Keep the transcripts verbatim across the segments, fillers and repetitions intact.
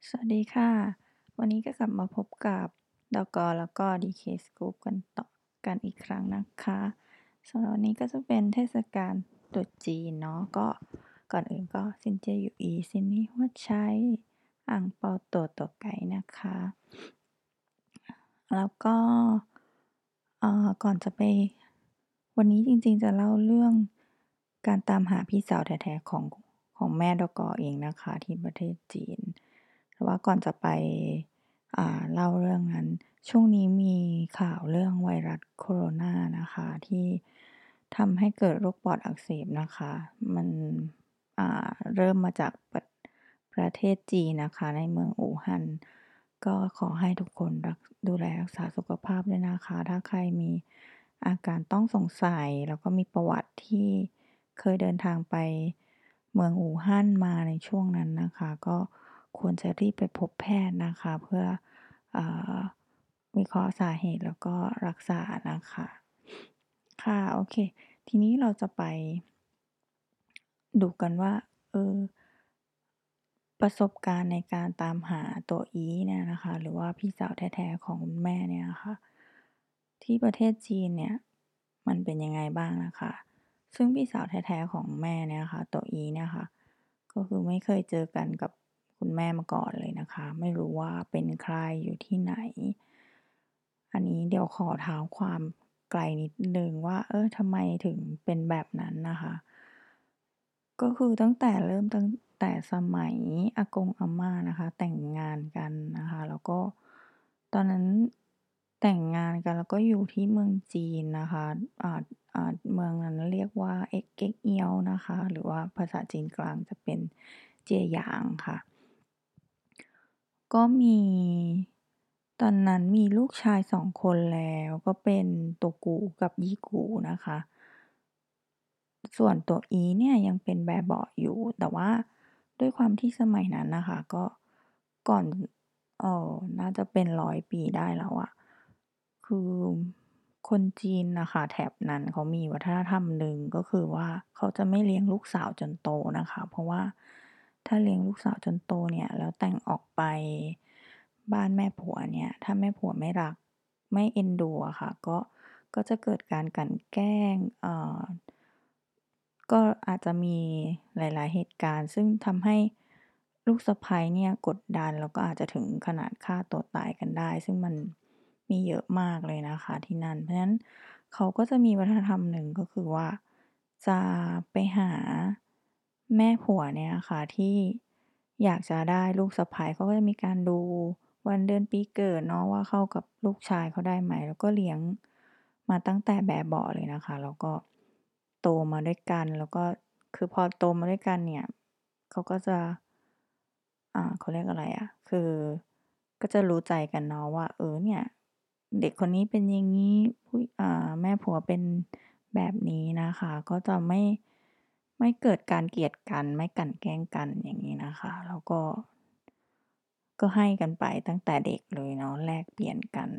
สวัสดีค่ะ วันนี้ก็กลับมาพบกับ ดก. แล้วก็ ดี เค Scoop กันต่อกันอีกครั้งนะคะสำหรับวันนี้ก็จะเป็นเทศกาลตรุษจีนเนาะก็ก่อนอื่นก็ซินเจียอยู่อีซินนี่ฮัวใช้อ่างเปาโตโตไก่นะคะแล้วก็เอ่อก่อนจะไปวันนี้จริงๆจะเล่าเรื่องการตามหาพี่สาวแท้ๆของของแม่ ดก. เองนะคะที่ประเทศจีน แต่ว่าก่อนจะไปอ่าเล่าเรื่องนั้นช่วงนี้มีข่าวเรื่องไวรัสโคโรนานะคะที่ทำให้เกิดโรคปอดอักเสบนะคะมันอ่าเริ่มมาจากประประเทศจีนนะคะในเมืองอู่ฮั่นก็ขอให้ทุกคนรักดูแลรักษาสุขภาพด้วยนะคะถ้าใครมีอาการต้องสงสัยแล้วก็มีประวัติที่เคยเดินทางไปเมืองอู่ฮั่นมาในช่วงนั้นนะคะก็ควรจะรีบไปพบแพทย์นะคะเพื่ออ่าวิเคราะห์สาเหตุแล้วก็รักษานะคะค่ะโอเคทีนี้เราจะไปดูกันว่าเออประสบการณ์ในการตามหาตัวอีเนี่ยนะคะหรือว่าพี่สาวแท้ๆของคุณแม่เนี่ยนะคะที่ประเทศจีนเนี่ยมันเป็นยังไงบ้างนะคะซึ่งพี่สาวแท้ๆของแม่เนี่ยค่ะตัวอีเนี่ยค่ะก็คือไม่เคยเจอกันกับคุณแม่มาก่อนเลยนะคะไม่รู้ว่าเป็นใครอยู่ที่ไหนอันนี้เดี๋ยวขอเท้าความไกลนิดหนึ่งว่าเออทำไมถึงเป็นแบบนั้นนะคะ ก็คือตั้งแต่เริ่มตั้งแต่สมัยอากงอาม่านะคะแต่งงานกันนะคะแล้วก็ตอนนั้นแต่งงานกันแล้วก็อยู่ที่เมืองจีนนะคะอ่าอ่าเมืองนั้นเรียกว่าเอ็กเก๊กเอียวนะคะหรือว่าภาษาจีนกลางจะเป็นเจียหยางค่ะก็มีตอนนั้นมีลูกชายสองคนแล้วก็เป็นโตกูกับยี่กูนะคะ ส่วนตัวอีเนี่ยยังเป็นแบเบาะอยู่แต่ว่าด้วยความที่สมัยนั้นน่ะค่ะก็ก่อนเอ่อน่าจะเป็นร้อยปีได้แล้วอะคือคนจีนน่ะค่ะแถบนั้นเขามีวัฒนธรรมหนึ่งก็คือว่าเขาจะไม่เลี้ยงลูกสาวจนโตนะคะเพราะว่าถ้าเลี้ยงลูกสาวจนโตเนี่ยแล้วแต่งออกไปบ้านแม่ผัวเนี่ยถ้าแม่ผัวไม่รักไม่เอ็นดูอะค่ะก็ก็จะเกิดการกลั่นแกล้งเอ่อ ก็อาจจะมีหลายๆเหตุการณ์ซึ่งทำให้ลูกสะใภ้เนี่ยกดดันแล้วก็อาจจะถึงขนาดฆ่าตัวตายกันได้ซึ่งมันมีเยอะมากเลยนะคะที่นั่นเพราะฉะนั้นเขาก็จะมีวัฒนธรรมหนึ่งก็คือว่าจะไปหาแม่ผัวเนี่ยค่ะที่อยากจะได้ลูกสะใภ้เขาก็จะมีการดูวันเดือนปีเกิดเนาะว่าเข้ากับลูกชายเขาได้ไหมแล้วก็เลี้ยงมาตั้งแต่แบเบาะเลยนะคะแล้วก็โตมาด้วยกันแล้วก็คือพอโตมาด้วยกันเนี่ยเขาก็จะอ่าเขาเรียกอะไรอะคือก็จะรู้ใจกันเนาะว่าเออเนี่ยเด็กคนนี้เป็นอย่างงี้ผู้อ่าแม่ผัวเป็นแบบนี้นะคะก็จะไม่ไม่เกิดการเกลียดกันไม่กลั่นแกล้งกันอย่างงี้นะคะแล้วก็ก็ให้กันไปตั้งแต่เด็กเลยเนาะแลกเปลี่ยนกัน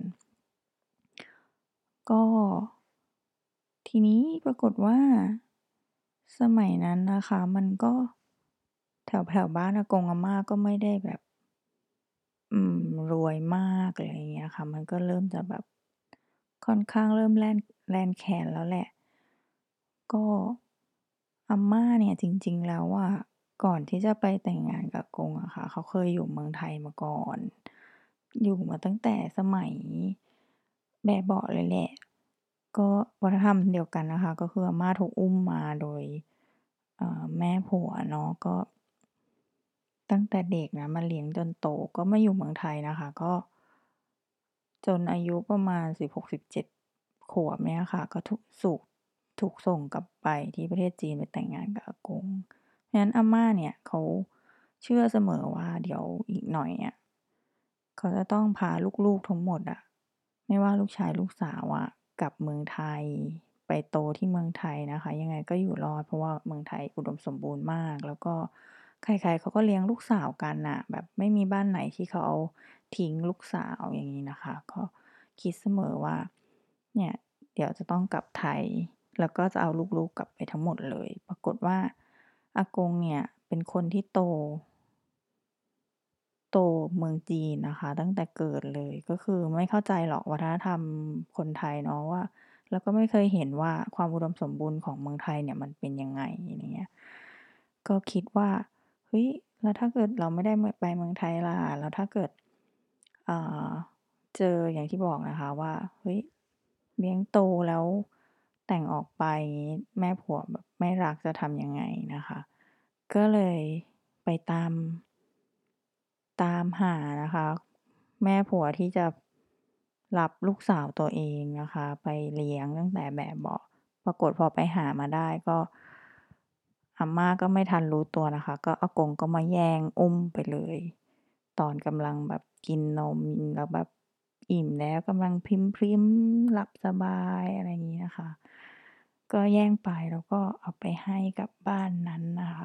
ก็ทีนี้ปรากฏว่าสมัยนั้นนะคะมันก็แถวแถวบ้านอากงอาม่าก็ไม่ได้แบบ อืมรวยมากอะไรอย่างเงี้ยค่ะมันก็เริ่มจะแบบค่อนข้างเริ่มแล่นแลนแค้นแล้วแหละก็อาม่าเนี่ยจริงๆแล้วอะก่อนที่จะไปแต่งงานกับอากงอะค่ะเขาเคยอยู่เมืองไทยมาก่อนอยู่มาตั้งแต่สมัยแบเบาะเลยแหละก็วัฒนธรรมเดียวกันนะคะก็คืออาม่าถูกอุ้มมาโดยเอ่อแม่ผัวเนาะก็ ตั้งแต่เด็กนะมาเลี้ยงจนโตก็มาอยู่เมืองไทยนะคะก็จนอายุประมาณสิบหกถึงสิบเจ็ดขวบเนี่ยค่ะก็ถูกสูกถูกส่งกลับไปที่ประเทศจีนไปแต่งงานกับอากงเพราะฉะนั้นอาม่าเนี่ยเขาเชื่อเสมอว่าเดี๋ยวอีกหน่อยอะเขาจะต้องพาลูกๆทั้งหมดอะไม่ว่าลูกชายลูกสาวอะกลับเมืองไทยไปโตที่เมืองไทยนะคะยังไงก็อยู่รอดเพราะว่าเมืองไทยอุดมสมบูรณ์มากแล้วก็ ใครๆเขาก็เลี้ยงลูกสาวกันน่ะแบบไม่มีบ้านไหนที่เขาเอาทิ้งลูกสาวอย่างงี้นะคะก็คิดเสมอว่าเนี่ยเดี๋ยวจะต้องกลับไทยแล้วก็จะเอาลูกๆกลับไปทั้งหมดเลยปรากฏว่าอากงเนี่ยเป็นคนที่โตโตเมืองจีนนะคะตั้งแต่เกิดเลย ก็คือไม่เข้าใจหรอกวัฒนธรรมคนไทยเนาะว่า แล้วก็ไม่เคยเห็นว่าความอุดมสมบูรณ์ของเมืองไทยเนี่ยมันเป็นยังไงอะไรเงี้ยก็คิดว่าเฮ้ยแล้วถ้าเกิดเราไม่ได้มไปเมืองไทยล่ะแล้วถ้าเกิดอ่าเจออย่างที่บอกนะคะว่าเฮ้ยเลี้ยงโตแล้วแต่งออกไปแม่ผัวแบบไม่รักจะทำยังไงนะคะก็เลยไปตามตามหานะคะแม่ผัวที่จะรับลูกสาวตัวเองนะคะไปเลี้ยงตั้งแต่แบบเบาะ ปรากฏพอไปหามาได้ก็อาม่าก็ไม่ทันรู้ตัวนะคะก็อากงก็มาแย่งอุ้มไปเลยตอนกำลังแบบกินนมแล้วแบบอิ่มแล้วกำลังพริ้มๆหลับสบายอะไรอย่างงี้นะคะก็แย่งไปแล้วก็เอาไปให้กับบ้านนั้นนะคะ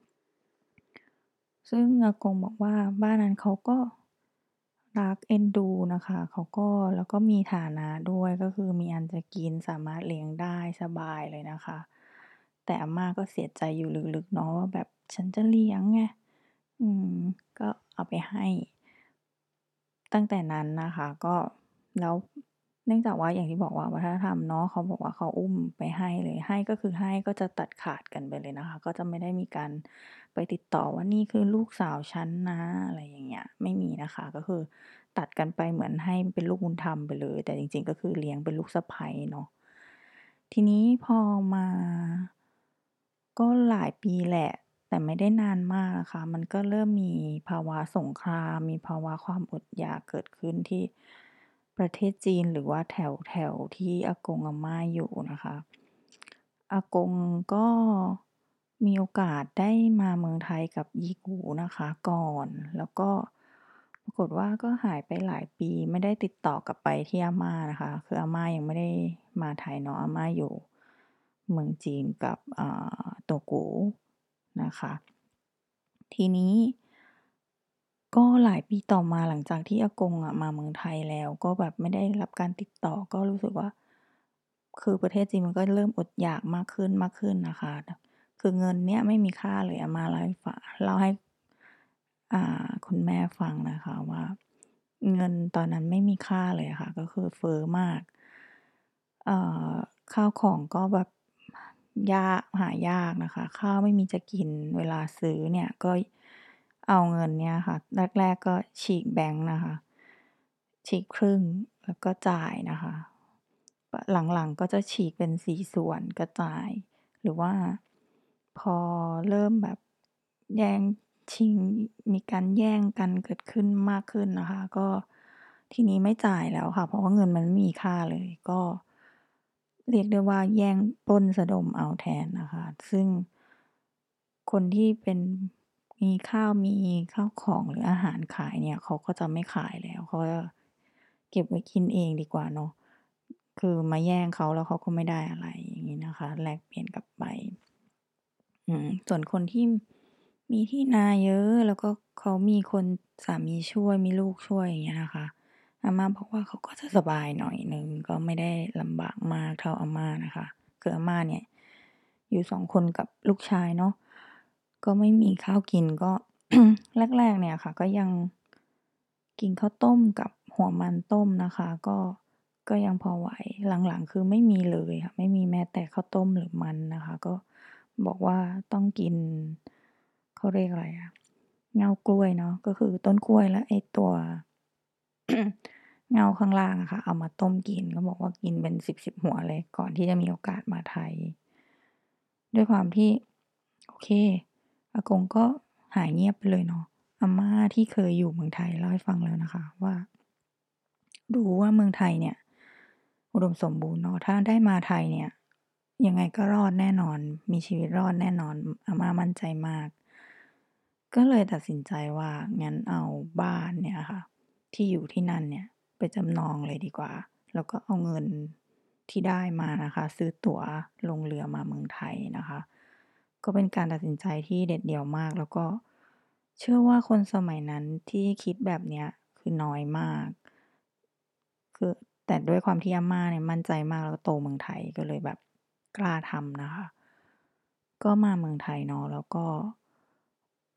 ซึ่งอากงบอกว่าบ้านนั้นเขาก็รักเอ็นดูนะคะเขาก็แล้วก็มีฐานะด้วยก็คือมีอันจะกินสามารถเลี้ยงได้สบายเลยนะคะ แต่อาม่าก็เสียใจอยู่ลึกๆเนาะว่าแบบฉันจะเลี้ยงไงอืมก็เอาไปให้ตั้งแต่นั้นนะคะก็แล้วเนื่องจากว่าอย่างที่บอกว่าวัฒนธรรมเนาะเขาบอกว่าเขาอุ้มไปให้เลยให้ก็คือให้ก็จะตัดขาดกันไปเลยนะคะก็จะไม่ได้มีการไปติดต่อว่านี่คือลูกสาวฉันนะอะไรอย่างเงี้ยไม่มีนะคะก็คือตัดกันไปเหมือนให้เป็นลูกบุญธรรมไปเลยแต่จริงๆก็คือเลี้ยงเป็นลูกสะใภ้เนาะทีนี้พอมา ก็หลายปีแหละแต่ไม่ได้นานมากนะคะมันก็เริ่มมีภาวะสงครามมีภาวะความอดอยากเกิดขึ้นที่ประเทศจีนหรือว่าแถวๆที่อากงอาม่าอยู่นะคะอากงก็มีโอกาสได้มาเมืองไทยกับยี่กูนะคะก่อนแล้วก็ปรากฏว่าก็หายไปหลายปีไม่ได้ติดต่อกลับไปที่อาม่านะคะคืออาม่ายังไม่ได้มาไทยเนาะอาม่าอยู่ เมืองจีนกับอ่าโตกูนะคะทีนี้ก็หลายปีต่อมาหลังจากที่อากงอะมาเมืองไทยแล้วก็แบบไม่ได้รับการติดต่อก็รู้สึกว่าคือประเทศจีนมันก็เริ่มอดอยากมากขึ้นมากขึ้นนะคะคือเงินเนี่ยไม่มีค่าเลยอาม่าเล่าให้ฟังเล่าให้อ่าคุณแม่ฟังนะคะว่าเงินตอนนั้นไม่มีค่าเลยอะค่ะก็คือเฟ้อมาก เอ่อข้าวของก็แบบยากหายากนะคะข้าวไม่มีจะกินเวลาซื้อเนี่ยก็เอาเงินเนี่ยค่ะแรกๆก็ฉีกแบงก์นะคะฉีกครึ่งแล้วก็จ่ายนะคะปหลังๆก็จะฉีกเป็นสี่ส่วนก็จ่ายหรือว่าพอเริ่มแบบแย่งชิงมีการแย่งกันเกิดขึ้นมากขึ้นนะคะก็ทีนี้ไม่จ่ายแล้วค่ะเพราะว่าเงินมันไม่มีค่าเลยก็ เรียกได้ว่าแย่งปล้นสะดมเอาแทนนะคะซึ่งคนที่เป็นมีข้าวมีข้าวของหรืออาหารขายเนี่ยเขาก็จะไม่ขายแล้วเขาจะเก็บไว้กินเองดีกว่าเนาะคือมาแย่งเขาแล้วเขาก็ไม่ได้อะไรอย่างงี้นะคะแลกเปลี่ยนกลับไปอืมส่วนคนที่มีที่นาเยอะแล้วก็เขามีคนสามีช่วยมีลูกช่วยอย่างเงี้ยนะคะ อาม่าบอกว่าเขาก็จะสบายหน่อยหนึ่งก็ไม่ได้ลำบากมากเท่าอาม่านะคะคืออาม่าเนี่ยอยู่สองคนกับลูกชายเนาะก็ไม่มีข้าวกินก็แรกๆเนี่ยค่ะก็ยังกินข้าวต้มกับหัวมันต้มนะคะก็ก็ยังพอไหวหลังๆคือไม่มีเลยค่ะไม่มีแม้แต่ข้าวต้มหรือมันนะคะก็บอกว่าต้องกินเขาเรียกอะไรอะเง่ากล้วยเนาะก็คือต้นกล้วยแล้วไอ้ตัว เงาข้างล่างอะค่ะเอามาต้มกินเขาบอกว่ากินเป็นสิบๆหัวเลยก่อนที่จะมีโอกาสมาไทยด้วยความที่โอเคอากงก็หายเงียบไปเลยเนาะอาม่าที่เคยอยู่เมืองไทยเล่าให้ฟังแล้วนะคะว่ารู้ว่าเมืองไทยเนี่ยอุดมสมบูรณ์เนาะถ้าได้มาไทยเนี่ยยังไงก็รอดแน่นอนมีชีวิตรอดแน่นอนอาม่ามั่นใจมากก็เลยตัดสินใจว่างั้นเอาบ้านเนี่ยค่ะที่อยู่ที่นั่นเนี่ย ไปจำนองเลยดีกว่า แล้วก็เอาเงินที่ได้มานะคะซื้อตั๋วลงเรือมาเมืองไทยนะคะ ก็เป็นการตัดสินใจที่เด็ดเดี่ยวมากแล้วก็เชื่อว่าคนสมัยนั้นที่คิดแบบเนี้ยคือน้อยมากคือแต่ด้วยความที่อาม่าเนี่ยมั่นใจมากแล้วก็โตเมืองไทยก็เลยแบบกล้าทำนะคะก็มาเมืองไทยเนาะแล้วก็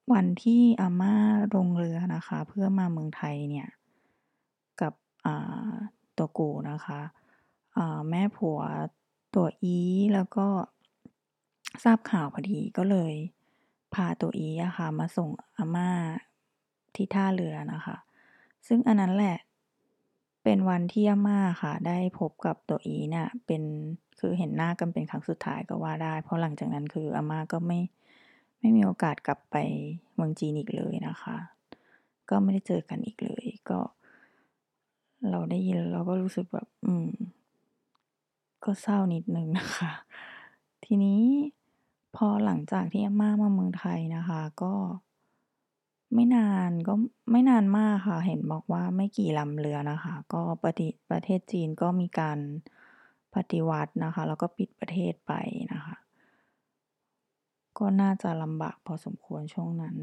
วันที่อาม่าลงเรือนะคะเพื่อมาเมืองไทยเนี่ยกับอ่าตัวกูนะคะอ่าแม่ผัวตัวอี้แล้วก็ทราบข่าวพอดีก็เลยพาตัวอี้อะค่ะมาส่งอาม่าที่ท่าเรือนะคะซึ่งอันนั้นแหละเป็นวันที่อาม่าค่ะได้พบกับตัวอี้เนี่ยเป็นคือเห็นหน้ากันเป็นครั้งสุดท้ายก็ว่าได้เพราะหลังจากนั้นคืออาม่าก็ไม่ไม่มีโอกาสกลับไปเมืองจีนอีกเลยนะคะก็ไม่ได้เจอกันอีกเลยก็เราได้ยินเราก็รู้สึกแบบอืม ก็เศร้านิดหนึ่งนะคะทีนี้พอหลังจากที่อาม่ามาเมืองไทยนะคะก็ไม่นานก็ไม่นานมากค่ะเห็นบอกว่าไม่กี่ลำเรือนะคะก็ประติประเทศจีนก็มีการปฏิวัตินะคะแล้วก็ปิดประเทศไปนะคะก็น่าจะลำบากพอสมควรช่วงนั้น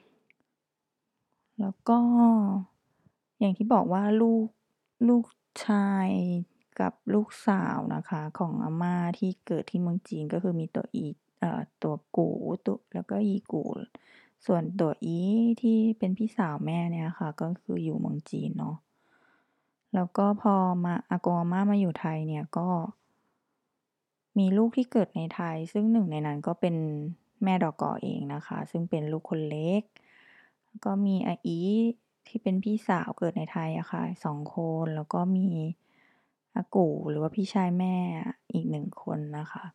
แล้วก็อย่างที่บอกว่าลูกลูกชายกับลูกสาวนะคะของอาม่าที่เกิดที่เมืองจีนก็คือมีตัวอีเอ่อตัวกู่ตัวแล้วก็อีกู่ส่วนตัวอีที่เป็นพี่สาวแม่เนี่ยค่ะก็คืออยู่เมืองจีนเนาะแล้วก็พอมาอากงอาม่ามาอยู่ไทยเนี่ยก็มีลูกที่เกิดในไทยซึ่งหนึ่งในนั้นก็เป็นแม่ดอกอเองนะคะซึ่งเป็นลูกคนเล็กแล้วก็มีอาอีที่เป็นพี่สาวเกิดในไทยอะค่ะสองคนแล้วก็มีอากู่หรือว่าพี่ชายแม่อีกหนึ่งคนนะคะ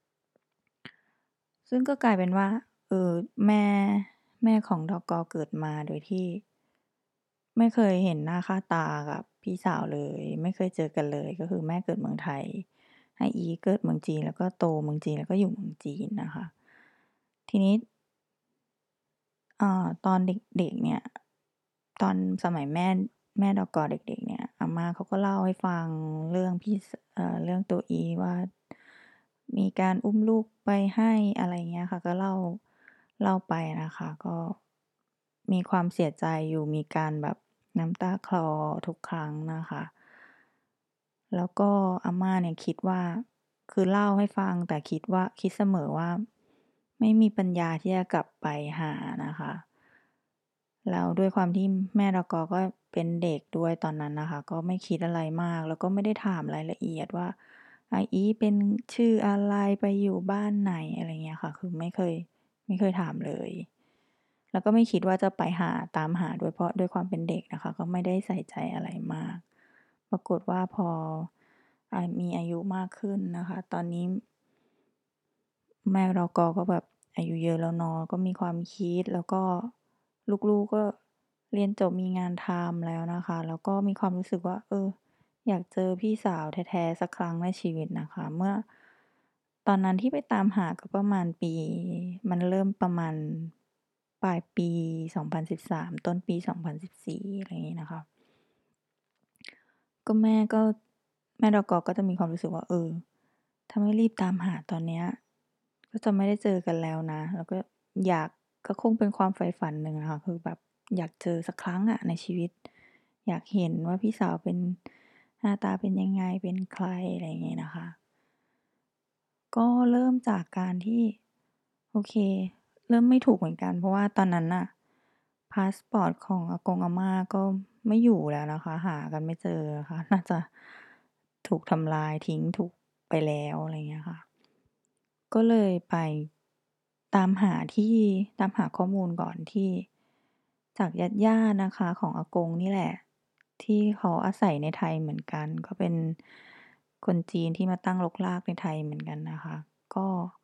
ซึ่งก็กลายเป็นว่าเออแม่แม่ของดกเกิดมาโดยที่ไม่เคยเห็นหน้าค่าตากับพี่สาวเลยไม่เคยเจอกันเลยก็คือแม่เกิดเมืองไทย อาอีเกิดเมืองจีนแล้วก็โตเมืองจีนแล้วก็อยู่เมืองจีนนะคะทีนี้อ่าตอนเด็กๆเนี่ยตอนสมัยแม่แม่ดกเด็กๆเนี่ยอาม่าเขาก็เล่าให้ฟังเรื่องพี่สเอ่อเรื่องตัวอีว่ามีการอุ้มลูกไปให้อะไรเงี้ยค่ะก็เล่าเล่าไปนะคะก็มีความเสียใจอยู่มีการแบบน้ำตาคลอทุกครั้งนะคะ แล้วก็อาม่าเนี่ยคิดว่าคือเล่าให้ฟังแต่คิดว่าคิดเสมอว่าไม่มีปัญญาที่จะกลับไปหานะคะแล้วด้วยความที่แม่เราก็ก็เป็นเด็กด้วยตอนนั้นนะคะก็ไม่คิดอะไรมากแล้วก็ไม่ได้ถามรายละเอียดว่าอาอีเป็นชื่ออะไรไปอยู่บ้านไหนอะไรเงี้ยค่ะคือไม่เคยไม่เคยถามเลยแล้วก็ไม่คิดว่าจะไปหาตามหาด้วยเพราะด้วยความเป็นเด็กนะคะก็ไม่ได้ใส่ใจอะไรมาก ปรากฏว่าพออ่ามีอายุมากขึ้นนะคะตอนนี้แม่เราก็ก็แบบอายุเยอะแล้วเนาะก็มีความคิดแล้วก็ลูกๆก็เรียนจบมีงานทำแล้วนะคะแล้วก็มีความรู้สึกว่าเอออยากเจอพี่สาวแท้ๆสักครั้งในชีวิตนะคะเมื่อตอนนั้นที่ไปตามหาก็ประมาณปีมันเริ่มประมาณปลายปีสองพันสิบสามต้นปีสองพันสิบสี่อะไรอย่างงี้นะคะ ก็แม่ก็แม่เราก็ก็จะมีความรู้สึกว่าเออถ้าไม่รีบตามหาตอนเนี้ยก็จะไม่ได้เจอกันแล้วนะแล้วก็อยากก็คงเป็นความใฝ่ฝันหนึ่งอะค่ะคือแบบอยากเจอสักครั้งอะในชีวิตอยากเห็นว่าพี่สาวเป็นหน้าตาเป็นยังไงเป็นใครอะไรอย่างงี้นะคะก็เริ่มจากการที่โอเคเริ่มไม่ถูกเหมือนกันเพราะว่าตอนนั้นน่ะพาสปอร์ตของอากงอาม่าก็ไม่อยู่แล้วนะคะหากันไม่เจออะค่ะน่าจะถูกทำลายทิ้งถูกไปแล้วอะไรอย่างเงี้ยค่ะก็เลยไปตามหาที่ตามหาข้อมูลก่อนที่จากญาติๆนะคะของอากงนี่แหละที่เขาอาศัยในไทยเหมือนกันก็เป็นคนจีนที่มาตั้งรกรากในไทยเหมือนกันนะคะก็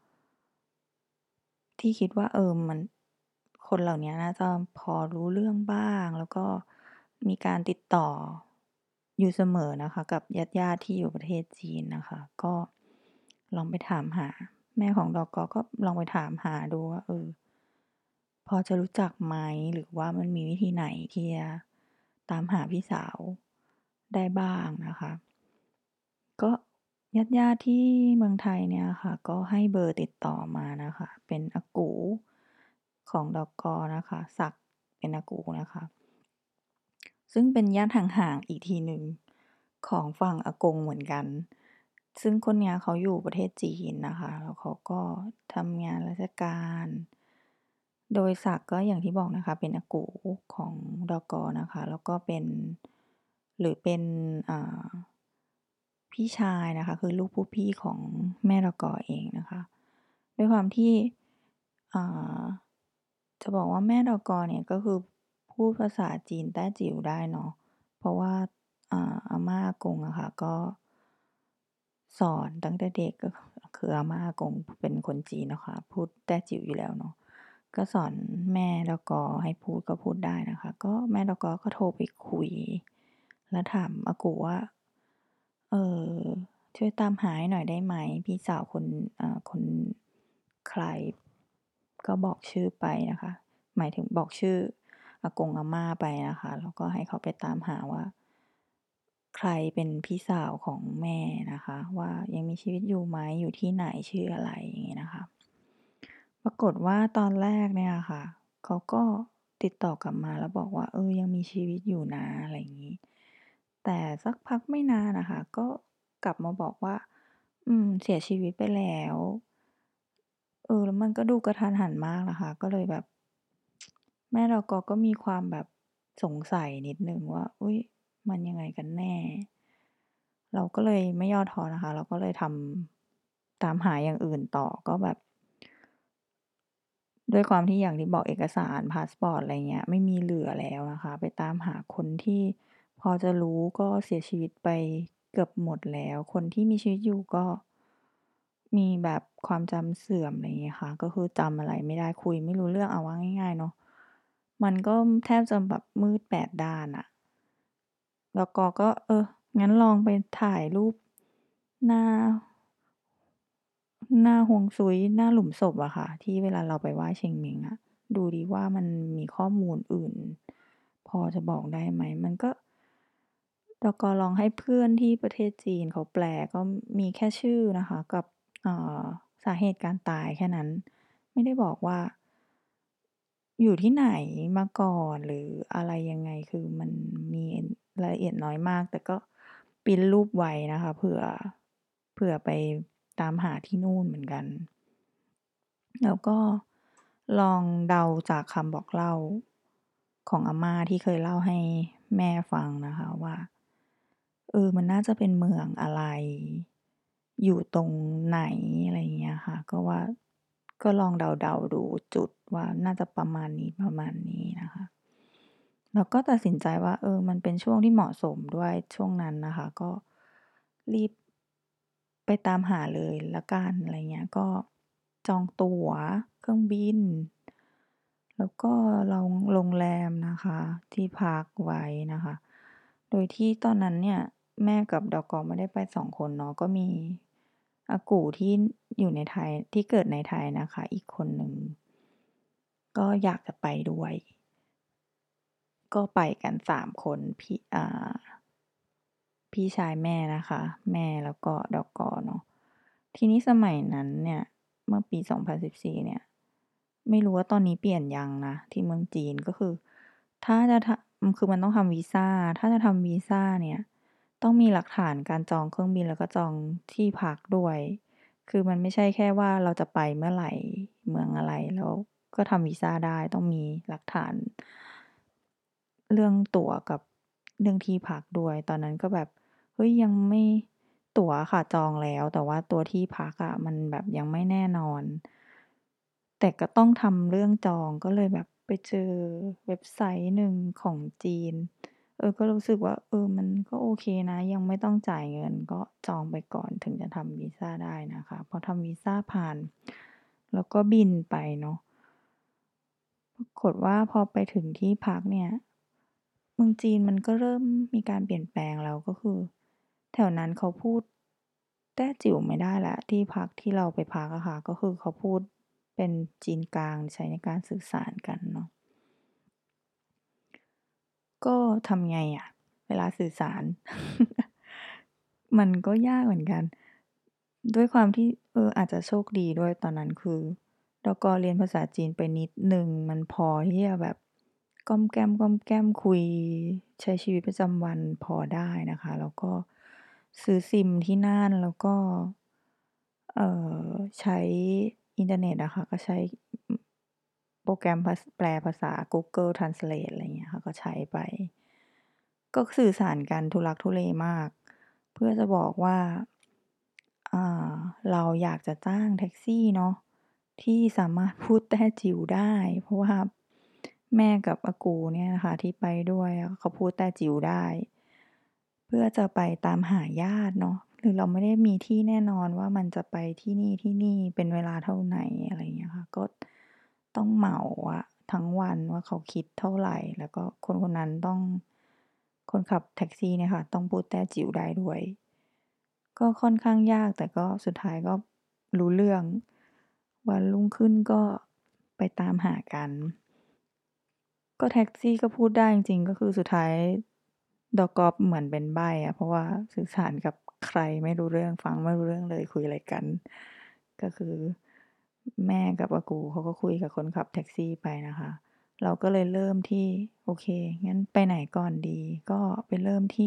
ที่คิดว่าเออมันคนเหล่าเนี้ยน่าจะพอรู้เรื่องบ้างแล้วก็มีการติดต่ออยู่เสมอนะคะกับญาติๆที่อยู่ประเทศจีนนะคะก็ลองไปถามหาแม่ของดกก็ลองไปถามหาดูว่าเออพอจะรู้จักไหมหรือว่ามันมีวิธีไหนที่จะตามหาพี่สาวได้บ้างนะคะก็ญาติๆที่เมืองไทยเนี่ยค่ะก็ให้เบอร์ติดต่อมานะคะเป็นอากูของดกนะคะศักดิ์เป็นอากูนะคะซึ่งเป็นญาติห่างๆอีกทีหนึ่งของฝั่งอากงเหมือนกันซึ่งคนเนี้ยเขาอยู่ประเทศจีนนะคะแล้วเขาก็ทำงานราชการโดยศักดิ์ก็อย่างที่บอกนะคะเป็นอากูของ ดก. นะคะ แล้วก็เป็น หรือเป็น อ่า พี่ชายนะคะ คือลูกผู้พี่ของแม่ ดก. เองนะคะ ด้วยความที่ อ่า จะบอกว่าแม่ ดก. เนี่ย ก็คือพูดภาษาจีนแต้จิ๋วได้เนาะ เพราะว่า อ่า อาม่า อากงอะค่ะ ก็ สอนตั้งแต่เด็ก ก็ คืออาม่า อากงเป็นคนจีนเนาะคะ พูดแต้จิ๋วอยู่แล้วเนาะ ก็สอนแม่ ดก. ให้พูดก็พูดได้นะคะ ก็แม่ ดก. ก็โทรไปคุย แล้วถามอากูว่า เอ่อ ช่วยตามหาให้หน่อยได้ไหม พี่สาวคน อ่า คน ใคร ก็บอกชื่อไปนะคะ หมายถึงบอกชื่ออากงอาม่าไปนะคะ แล้วก็ให้เขาไปตามหาว่า ใครเป็นพี่สาวของแม่นะคะ ว่ายังมีชีวิตอยู่ไหม อยู่ที่ไหน ชื่ออะไร อย่างงี้นะคะ ปรากฏว่าตอนแรกเนี่ยค่ะ เขาก็ติดต่อกลับมาแล้วบอกว่า เออ ยังมีชีวิตอยู่นะ อะไรงี้ แต่สักพักไม่นานอะค่ะ ก็กลับมาบอกว่า อืม เสียชีวิตไปแล้ว เออ แล้วมันก็ดูกะทันหันมากนะคะ ก็เลยแบบ แม่ ดก. ก็มีความแบบสงสัยนิดหนึ่งว่า อุ๊ย มันยังไงกันแน่ เราก็เลยไม่ย่อท้อนะคะ เราก็เลยทำ ตามหาอย่างอื่นต่อ ก็แบบ ด้วยความที่อย่างที่บอกเอกสารพาสปอร์ต อะไรเงี้ย ไม่มีเหลือแล้วนะคะ ไปตามหาคนที่พอจะรู้ ก็เสียชีวิตไปเกือบหมดแล้ว คนที่มีชีวิตอยู่ก็ มีแบบความจำเสื่อม อะไรงี้ค่ะ ก็คือจำอะไรไม่ได้ คุยไม่รู้เรื่อง เอาว่าง่าย ๆ เนาะ มันก็แทบจะแบบมืดแปดด้านอะ ดก. ก็ เออ งั้นลองไปถ่ายรูปหน้า หน้าฮวงซุ้ย หน้าหลุมศพอะค่ะ ที่เวลาเราไปไหว้เชงเม้งอะ ดูดิว่ามันมีข้อมูลอื่นพอจะบอกได้ไหม มันก็ ดก. ลองให้เพื่อนที่ประเทศจีนเขาแปล ก็มีแค่ชื่อนะคะ กับ เอ่อ สาเหตุการตายแค่นั้น ไม่ได้บอกว่า อยู่ที่ไหนมาก่อน หรืออะไรยังไง คือมันมีรายละเอียดน้อยมาก แต่ก็พรินต์รูปไว้นะคะ เผื่อ เผื่อไปตามหาที่นู่นเหมือนกัน แล้วก็ลองเดาจากคำบอกเล่าของอาม่า ที่เคยเล่าให้แม่ฟังนะคะว่า เออ มันน่าจะเป็นเมืองอะไร อยู่ตรงไหน อะไรอย่างเงี้ยค่ะ ก็ว่า ก็ลองเดา ๆ ดูจุดว่าน่าจะประมาณนี้ ๆ นะคะ แล้วก็ตัดสินใจว่า เออ มันเป็นช่วงที่เหมาะสมด้วยช่วงนั้นนะคะ ก็รีบ ไปตามหาเลยแล้วกัน อะไรเงี้ย ก็จองตั๋วเครื่องบิน แล้วก็ลองโรงแรมนะคะ ที่พักไว้นะคะ โดยที่ตอนนั้นเนี่ย แม่กับ ดก. ไม่ได้ไป สอง คนเนาะ ก็มีอากูที่อยู่ในไทย ที่เกิดในไทยนะคะ อีกคนหนึ่ง ก็อยากจะไปด้วย ก็ไปกัน สาม คน พี่ อ่า พี่ชายแม่นะคะ แม่แล้วก็ ดก. เนาะ ทีนี้สมัยนั้นเนี่ย เมื่อปี สองพันสิบสี่ เนี่ย ไม่รู้ว่าตอนนี้เปลี่ยนยังนะที่เมืองจีน ก็คือถ้าจะทำ อืม คือมันต้องทำวีซา ถ้าจะทำวีซาเนี่ย ต้องมีหลักฐานการจองเครื่องบิน แล้วก็จองที่พักด้วย คือมันไม่ใช่แค่ว่าเราจะไปเมื่อไหร่ เมืองอะไร แล้วก็ทำวีซาได้ ต้องมีหลักฐาน เรื่องตั๋วกับเรื่องที่พักด้วย ตอนนั้นก็แบบ เฮ้ย ยังไม่ ตั๋วอะค่ะจองแล้ว แต่ว่าตัวที่พักอะมันแบบยังไม่แน่นอน แต่ก็ต้องทำเรื่องจอง ก็เลยแบบไปเจอเว็บไซต์หนึ่งของจีน เออ ก็รู้สึกว่า เออ มันก็โอเคนะ ยังไม่ต้องจ่ายเงิน ก็จองไปก่อนถึงจะทำวีซาได้นะคะ พอทำวีซาผ่าน แล้วก็บินไปเนาะ ปรากฏว่าพอไปถึงที่พักเนี่ย เมืองจีนมันก็เริ่มมีการเปลี่ยนแปลงแล้ว ก็คือแถวนั้นเขาพูดแต้จิ๋วไม่ได้แล้ว ที่พักที่เราไปพักอะค่ะ ก็คือเขาพูดเป็นจีนกลาง ใช้ในการสื่อสารกันเนาะ ก็ทำไงอะ เวลาสื่อสาร มันก็ยากเหมือนกัน ด้วยความที่ เออ อาจจะโชคดีด้วยตอนนั้น คือ ดก. เรียนภาษาจีนไปนิดหนึ่ง มันพอที่จะแบบก้อมแก้ม ๆ คุย ใช้ชีวิตประจำวันพอได้นะคะ แล้วก็ซื้อซิมที่นั่น แล้วก็ เอ่อ ใช้อินเทอร์เน็ตอะค่ะ ก็ใช้ อ อือโปรแกรมภาษแปลภาษา Google Translate อะไรอย่างเงี้ยค่ะก็ใช้ไปก็สื่อสารกันทุลักทุเลมากเพื่อจะบอกว่าอ่าเราอยากจะจ้างแท็กซี่เนาะที่สามารถพูดแต้จิ๋วได้เพราะว่าแม่กับอากูเนี่ยนะคะที่ไปด้วยอะเขาพูดแต้จิ๋วได้เพื่อจะไปตามหาญาติเนาะหรือเราไม่ได้มีที่แน่นอนว่ามันจะไปที่นี่ๆเป็นเวลาเท่าไหนอะไรอย่างเงี้ยค่ะก็ต้องเหมาอะทั้งวันว่าเขาคิดเท่าไรแล้วก็คนคนนั้นต้องคนขับแท็กซี่เนี่ยค่ะต้องพูดแต้จิ๋วได้ด้วย ก็ค่อนข้างยากแต่ก็สุดท้ายก็รู้เรื่องวันรุ่งขึ้นก็ไปตามหากันก็แท็กซี่ก็พูดได้จริงๆก็คือสุดท้ายดก๊อปเหมือนเป็นใบ้อะเพราะว่าสื่อสารกับใครไม่รู้เรื่องฟังไม่รู้เรื่องเลยคุยอะไรกันก็คือแม่กับอากูเขาก็คุยกับคนขับแท็กซี่ไปนะคะเราก็เลยเริ่มที่โอเคงั้นไปไหนก่อนดีก็ไปเริ่มที่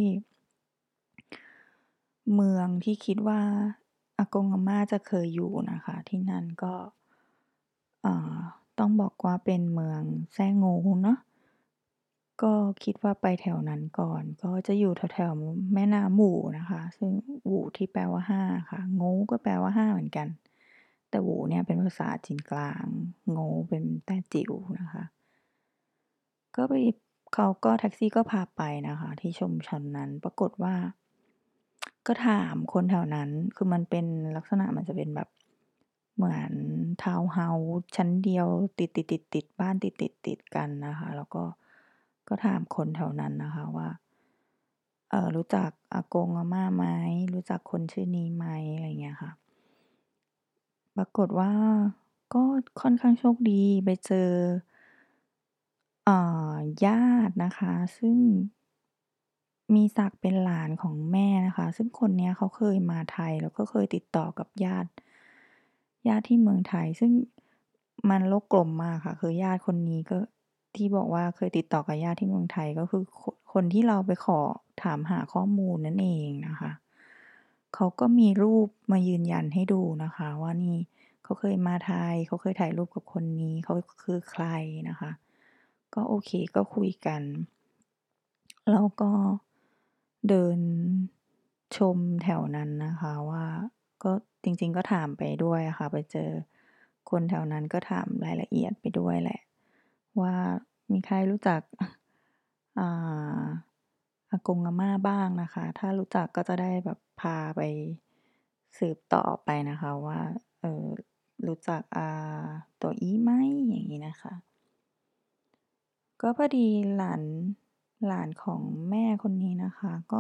เมืองที่คิดว่าอากงอาม่าจะเคยอยู่นะคะที่นั่นก็อ่าต้องบอกว่าเป็นเมืองแซ่โงวเนาะก็คิดว่าไปแถวนั้นก่อนก็จะอยู่แถวๆแม่น้ำหวู่นะคะซึ่งหวู่ที่แปลว่าห้าค่ะโง้วก็แปลว่าห้าเหมือนกันแต่หวู่เนี่ยเป็นภาษาจีนกลางโง้วเป็นแต้จิ๋วนะคะก็ไปเขาก็แท็กซี่ก็พาไปนะคะที่ชุมชนนั้นปรากฏว่า ก็ถามคนแถวนั้น คือมันเป็นลักษณะมันจะเป็นแบบเหมือนทาวน์เฮาส์ชั้นเดียวติดๆๆๆบ้านติดๆๆกันนะคะแล้วก็ก็ถามคนแถวนั้นนะคะว่าเอ่อรู้จักอากงอาม่าไหมรู้จักคนชื่อนี้ไหมอะไรอย่างเงี้ยค่ะปรากฏว่าก็ค่อนข้างโชคดีไปเจออ่าญาตินะคะซึ่ง มีศักดิ์เป็นหลานของแม่นะคะซึ่งคนเนี้ยเขาเคยมาไทยแล้วก็เคยติดต่อกับญาติญาติที่เมืองไทยซึ่งมันโลกกลมมากค่ะคือญาติคนนี้ก็ที่บอกว่าเคยติดต่อกับญาติที่เมืองไทยก็คือคคนที่เราไปขอถามหาข้อมูลนั่นเองนะคะเขาก็มีรูปมายืนยันให้ดูนะคะว่านี่เขาเคยมาไทยเขาเคยถ่ายรูปกับคนนี้เขาคือใครนะคะก็โอเคก็คุยกัน แล้วก็เดินชมแถวนั้นนะคะว่าก็จริงๆก็ถามไปด้วยอะค่ะไปเจอคนแถวนั้นก็ถามรายละเอียดไปด้วยแหละว่ามีใครรู้จักอ่าอากงอาม่าบ้างนะคะถ้ารู้จักก็จะได้แบบพาไปสืบต่อไปนะคะว่าเอ่อรู้จักอ่าโต๊อี้ไหมอย่างงี้นะคะ ก็พอดีหลานหลานของแม่คนนี้นะคะก็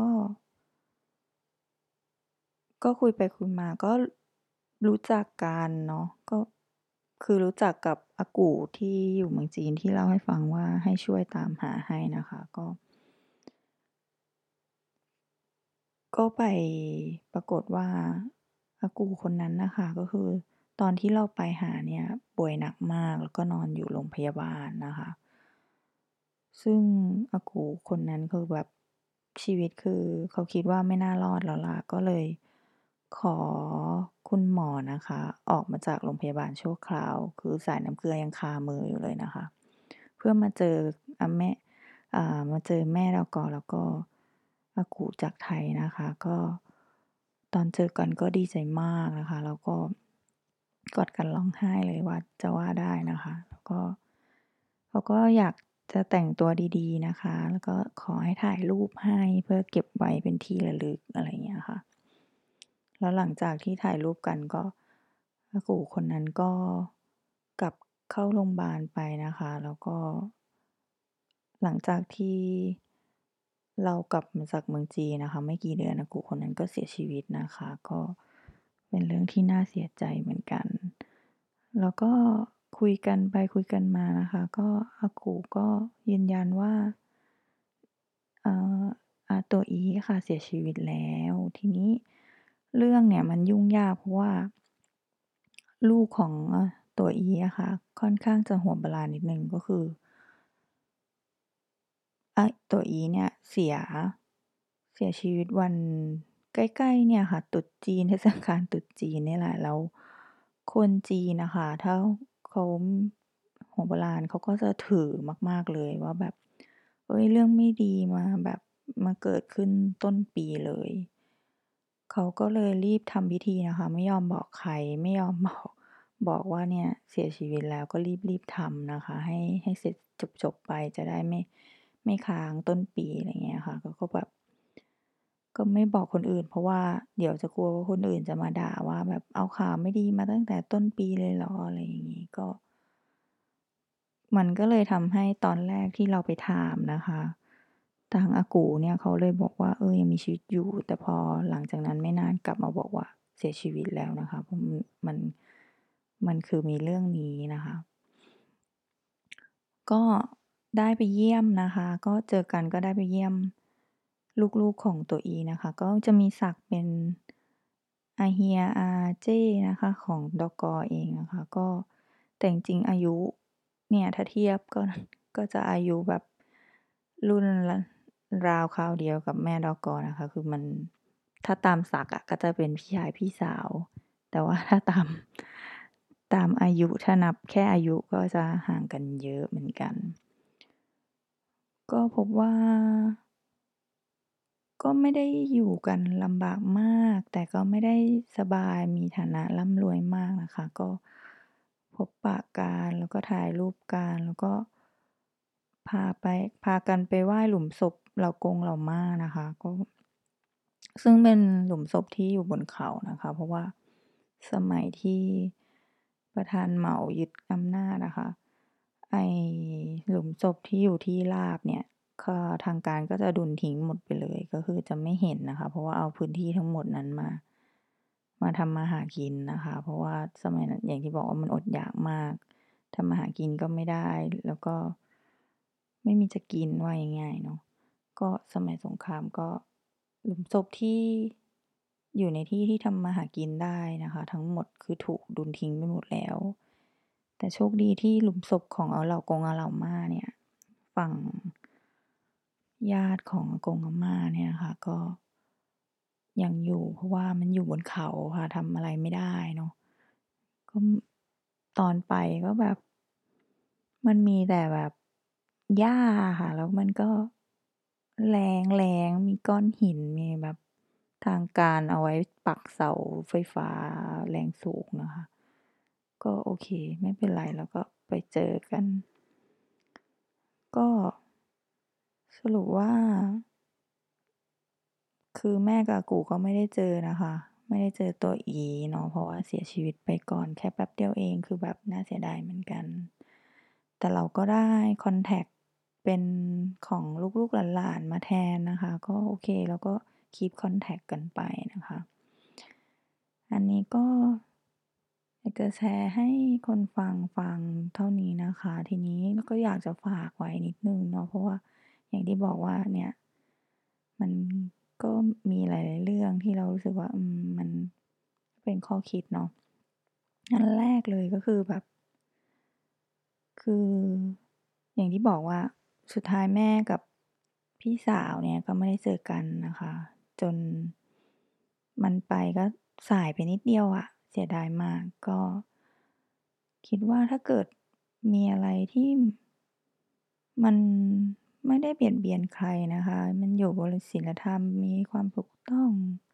ก็คุยไปคุยมาก็รู้จักกันเนาะก็คือรู้จักกับอากู่ที่อยู่เมืองจีนที่เล่าให้ฟังว่าให้ช่วยตามหาให้นะคะก็ก็ไปปรากฏว่าอากู่คนนั้นน่ะค่ะก็คือตอนที่เราไปหาเนี่ยป่วยหนักมากแล้วก็นอนอยู่โรงพยาบาลนะคะ ซึ่งอากูคนนั้นคือแบบชีวิตคือเขาคิดว่าไม่น่ารอดแล้วล่ะก็เลยขอคุณหมอนะคะออกมาจากโรงพยาบาลชั่วคราวคือสายน้ำเกลือยังคามืออยู่เลยนะคะเพื่อมาเจออาแม่อ่ามาเจอแม่เราก่อนแล้วก็อากูจากไทยนะคะก็ตอนเจอกันก็ดีใจมากนะคะแล้วก็กอดกันร้องไห้เลยว่าจะว่าได้นะคะแล้วก็ เขาก็อยากจะแต่งตัวดีๆนะคะ แล้วก็ขอให้ถ่ายรูปให้เพื่อเก็บไว้เป็นที่ระลึกอะไรอย่างเงี้ยค่ะแล้วหลังจากที่ถ่ายรูปกันก็อากูคนนั้นก็กลับเข้าโรงพยาบาลไปนะคะแล้วก็หลังจากที่เรากลับมาจากเมืองจีนนะคะไม่กี่เดือนอากูคนนั้นก็เสียชีวิตนะคะก็เป็นเรื่องที่น่าเสียใจเหมือนกัน แล้วก็คุยกันไปคุยกันมานะคะก็อากูก็ยืนยันว่าเอ่ออาโตอิค่ะเสียชีวิตแล้วทีนี้เรื่องเนี่ยมันยุ่งยากเพราะว่าลูกของอาโตอิอะค่ะค่อนข้างจะหัวบาลานิดหนึ่งก็คือ อาโตอิเนี่ยเสียเสียชีวิตวันใกล้ๆเนี่ยค่ะตรุษจีนเทศกาลตรุษจีนเนี่ยแหละแล้วคนจีนน่ะค่ะถ้าเขาหัวโบราณเขาก็จะถือมากๆเลยว่าแบบเฮ้ยเรื่องไม่ดีมาแบบมาเกิดขึ้นต้นปีเลยเขาก็เลยรีบทำพิธีนะคะไม่ยอมบอกใครไม่ยอมบอกบอกว่าเนี่ยเสียชีวิตแล้วก็รีบๆทำนะคะให้ให้เสร็จจบๆไปจะได้ไม่ไม่ค้างต้นปีอะไรอย่างเงี้ยค่ะเขาก็แบบก็ไม่บอกคนอื่นเพราะว่าเดี๋ยวจะกลัวว่าคนอื่นจะมาด่าว่าแบบเอาข่าวไม่ดีมาตั้งแต่ต้นปีเลยเหรออะไรอย่างงี้ก็ มันก็เลยทำให้ตอนแรกที่เราไปถามนะคะทางอากูเนี่ยเขาเลยบอกว่าเออยังมีชีวิตอยู่แต่พอหลังจากนั้นไม่นานกลับมาบอกว่าเสียชีวิตแล้วนะคะเพราะมันมันมันคือมีเรื่องนี้นะคะก็ได้ไปเยี่ยมนะคะก็เจอกันก็ได้ไปเยี่ยมลูกๆของตัวอีนะคะก็จะมีศักดิ์เป็นอาเฮียอาเจ้นะคะของดกเองอะค่ะก็แต่จริงๆอายุเนี่ยถ้าเทียบก็ก็จะอายุแบบรุ่นละราวคราวเดียวกับแม่ดกนะคะคือมันถ้าตามศักดิ์อะก็จะเป็นพี่ชายพี่สาวแต่ว่าถ้าตามตามอายุถ้านับแค่อายุก็จะห่างกันเยอะเหมือนกันก็พบว่า ก็ไม่ได้อยู่กันลำบากมากแต่ก็ไม่ได้สบายมีฐานะร่ำรวยมากนะคะก็พบปะกันแล้วก็ถ่ายรูปกันแล้วก็พาไปพากันไปไหว้หลุมศพเหล่ากงเหล่าม่านะคะก็ซึ่งเป็นหลุมศพที่อยู่บนเขานะคะเพราะว่าสมัยที่ประธานเหมายึดอำนาจอะค่ะไอ้หลุมศพที่อยู่ที่ราบเนี่ย ก็ทางการก็จะดุลทิ้งหมดไปเลยก็คือจะไม่เห็นนะคะเพราะว่าเอาพื้นที่ทั้งหมดนั้นมามาทำมาหากินนะคะเพราะว่าสมัยนั้นอย่างที่บอกว่ามันอดอยากมากทำมาหากินก็ไม่ได้แล้วก็ไม่มีจะกินว่าง่ายๆเนาะก็สมัยสงครามก็หลุมศพที่อยู่ในที่ที่ทำมาหากินได้นะคะทั้งหมดคือถูกดุลทิ้งไปหมดแล้วแต่โชคดีที่หลุมศพของอาเหล่ากงอาเหล่าม่าเนี่ยฝั่ง ญาติของอากงอาม่าเนี่ยค่ะก็ยังอยู่เพราะว่ามันอยู่บนเขาค่ะทำอะไรไม่ได้เนาะก็ตอนไปก็แบบมันมีแต่แบบหญ้าอะค่ะแล้วมันก็แล้งๆมีก้อนหินมีแบบทางการเอาไว้ปักเสาไฟฟ้าแรงสูงนะคะก็โอเคไม่เป็นไรแล้วก็ไปเจอกันก็สรุปว่า คือแม่กับอากูก็ไม่ได้เจอนะคะไม่ได้เจอตัวอีเนาะเพราะว่าเสียชีวิตไปก่อนแค่แป๊บเดียวเองคือแบบน่าเสียดายเหมือนกันแต่เราก็ได้คอนแท็กเป็นของลูกๆหลานๆมาแทนนะคะก็โอเคเราก็ keep contact กันไปนะคะอันนี้ก็อยากจะแชร์ให้คนฟังฟังเท่านี้นะคะทีนี้เราก็อยากจะฝากไว้นิดหนึ่งเนาะเพราะว่าอย่างที่บอกว่าเนี่ย มันก็มีหลายๆเรื่องที่เรารู้สึกว่าอืมมันเป็นข้อคิดเนาะอันแรกเลยก็คือแบบคืออย่างที่บอกว่าสุดท้ายแม่กับพี่สาวเนี่ยก็ไม่ได้เจอกันนะคะจนมันไปก็สายไปนิดเดียวอะเสียดายมากก็คิดว่าถ้าเกิดมีอะไรที่มันไม่ได้เบียดเบียนใครนะคะมันอยู่บนศีลธรรมมีความถูกต้อง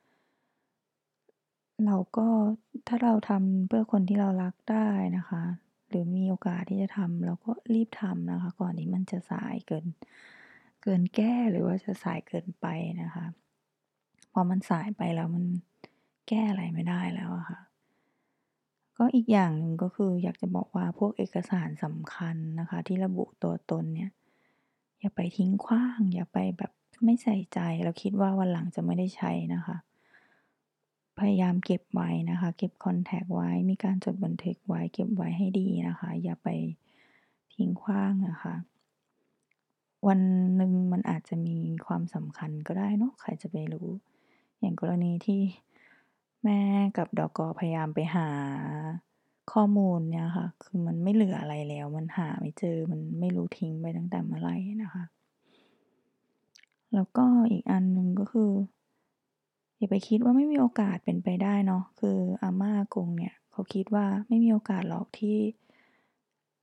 เราก็ถ้าเราทำเพื่อคนที่เรารักได้นะคะหรือมีโอกาสที่จะทำเราก็รีบทำนะคะก่อนที่มันจะสายเกินเกินแก้หรือว่าจะสายเกินไปนะคะพอมันสายไปแล้วมันแก้อะไรไม่ได้แล้วอะค่ะก็อีกอย่างหนึ่งก็คืออยากจะบอกว่าพวกเอกสารสำคัญนะคะที่ระบุตัวตนเนี่ยอย่าไปทิ้งขว้างอย่าไปแบบไม่ใส่ใจแล้วคิดว่าวันหลังจะไม่ได้ใช้นะคะ พยายามเก็บไว้นะคะเก็บคอนแท็กต์ไว้มีการจดบันทึกไว้เก็บไว้ให้ดีนะคะอย่าไปทิ้งขว้างนะคะวันหนึ่งมันอาจจะมีความสำคัญก็ได้เนาะใครจะไปรู้อย่างกรณีที่แม่กับดกพยายามไปหาข้อมูลเนี่ยค่ะคือมันไม่เหลืออะไรแล้วมันหาไม่เจอมันไม่รู้ทิ้งไปตั้งแต่เมื่อไรนะคะแล้วก็อีกอันหนึ่งก็คือ อย่าไปคิดว่าไม่มีโอกาสเป็นไปได้เนาะคืออาม่าอากงเนี่ยเขาคิดว่าไม่มีโอกาสหรอกที่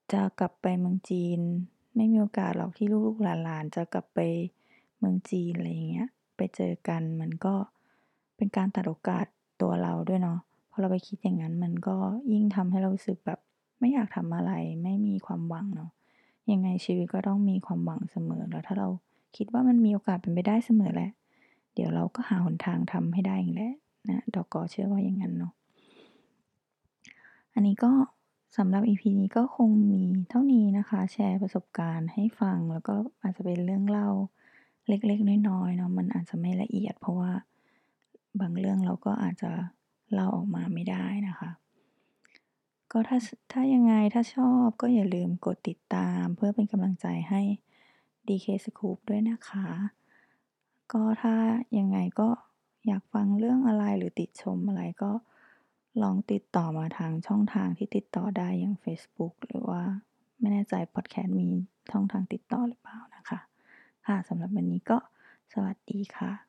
จะกลับไปเมืองจีนไม่มีโอกาสหรอกที่ลูกๆหลานๆจะกลับไปเมืองจีนอะไรอย่างเงี้ยไปเจอกันมันก็เป็นการตัดโอกาสตัวเราด้วยเนาะพอเราไปคิดอย่างงั้นมันก็ยิ่งทำให้เรารู้สึกแบบไม่อยากทำอะไรไม่มีความหวังเนาะยังไงชีวิตก็ต้องมีความหวังเสมอแล้วถ้าเราคิดว่ามันมีโอกาสเป็นไปได้เสมอแหละเดี๋ยวเราก็หาหนทางทำให้ได้เองแหละนะดกเชื่อว่าอย่างงั้นเนาะ อันนี้ก็สำหรับ อี พี นี้ก็คงมีเท่านี้นะคะแชร์ประสบการณ์ให้ฟังแล้วก็อาจจะเป็นเรื่องเล่าเล็กๆน้อยๆเนาะมันอาจจะไม่ละเอียดเพราะว่าบางเรื่องเราก็อาจจะเล่าออกมาไม่ได้นะคะก็ถ้าสถ้ายังไงถ้าชอบก็อย่าลืมกดติดตามเพื่อเป็นกำลังใจให้ ดี เค Scoop ด้วยนะคะก็ถ้ายังไงก็อยากฟังเรื่องอะไรหรือติชมอะไรก็ลองติดต่อมาทางช่องทางที่ติดต่อได้อย่างเฟซบุ๊กหรือว่าไม่แน่ใจพอดแคสต์มีช่องทางติดต่อหรือเปล่านะคะค่ะสำหรับวันนี้ก็สวัสดีค่ะ